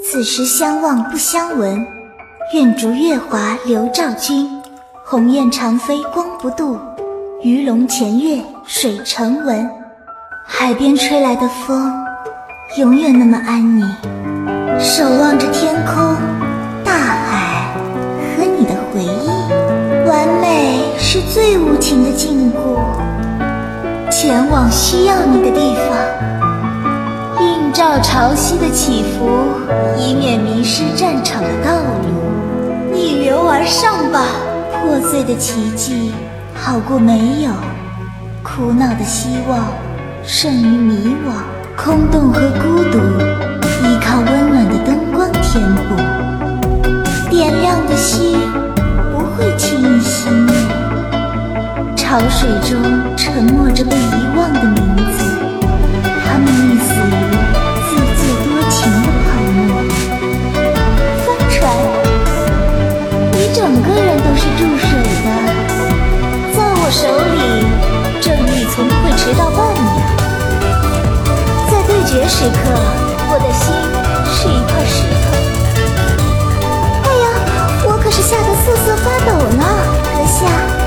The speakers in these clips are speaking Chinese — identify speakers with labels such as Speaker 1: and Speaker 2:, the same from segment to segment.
Speaker 1: 此时相望不相闻，愿逐月华流照君。鸿雁长飞光不度，鱼龙潜跃水成文。海边吹来的风，永远那么安宁。守望着天空、大海和你的回忆，完美是最无情的禁锢。前往需要你的地方，映照潮汐的起伏，以免迷失战场的道路。逆流而上吧，破碎的奇迹好过没有，苦恼的希望胜于迷惘。空洞和孤独依靠温暖的灯光填补，点亮的心不会轻易熄灭。潮水中沉默着被遗忘的名字，它们溺死于自作多情的泡沫。帆船，你整个人都是注水的，在我手里，正义从不会迟到半秒。在对决时刻，我的心是一块石头。哎呀，我可是吓得瑟瑟发抖呢，阁下。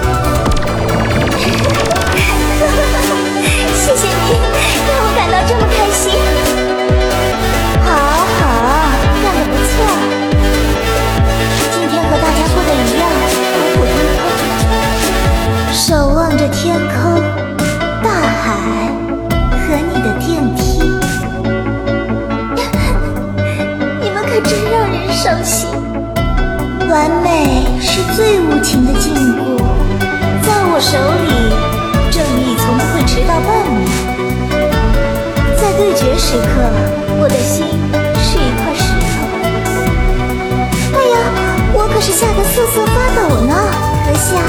Speaker 1: 谢谢你，让我感到这么开心。好，干得不错。今天和大家过的一样，普普通通。守望着天空、大海和你的电梯。你们可真让人伤心。完美是最无情的禁锢，在我手里，正义从不会迟到半秒。在对决时刻，我的心是一块石头。哎呀，我可是吓得瑟瑟发抖呢，阁下。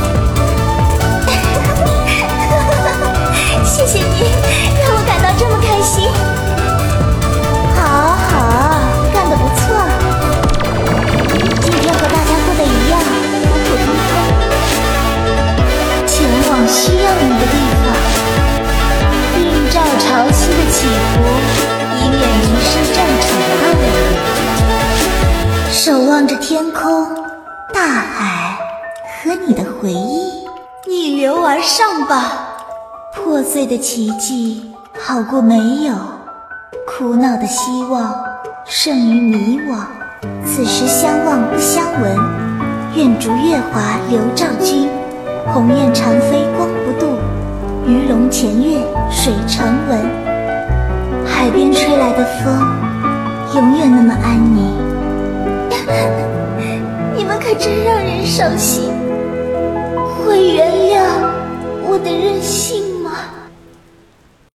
Speaker 1: 谢谢你，让我感到这么开心。好，干得不错。今天和大家过的一样，普普通通。前往需要你的地方，映照潮汐的起伏，以免迷失战场的道路。守望着天空、大海和你的回忆，逆流而上吧。破碎的奇迹好过没有，苦恼的希望胜于迷惘。此时相望不相闻，愿逐月华流照君。鸿雁长飞光不度，鱼龙潜跃水成文。海边吹来的风，永远那么安宁。你们可真让人伤心。会原谅我的任性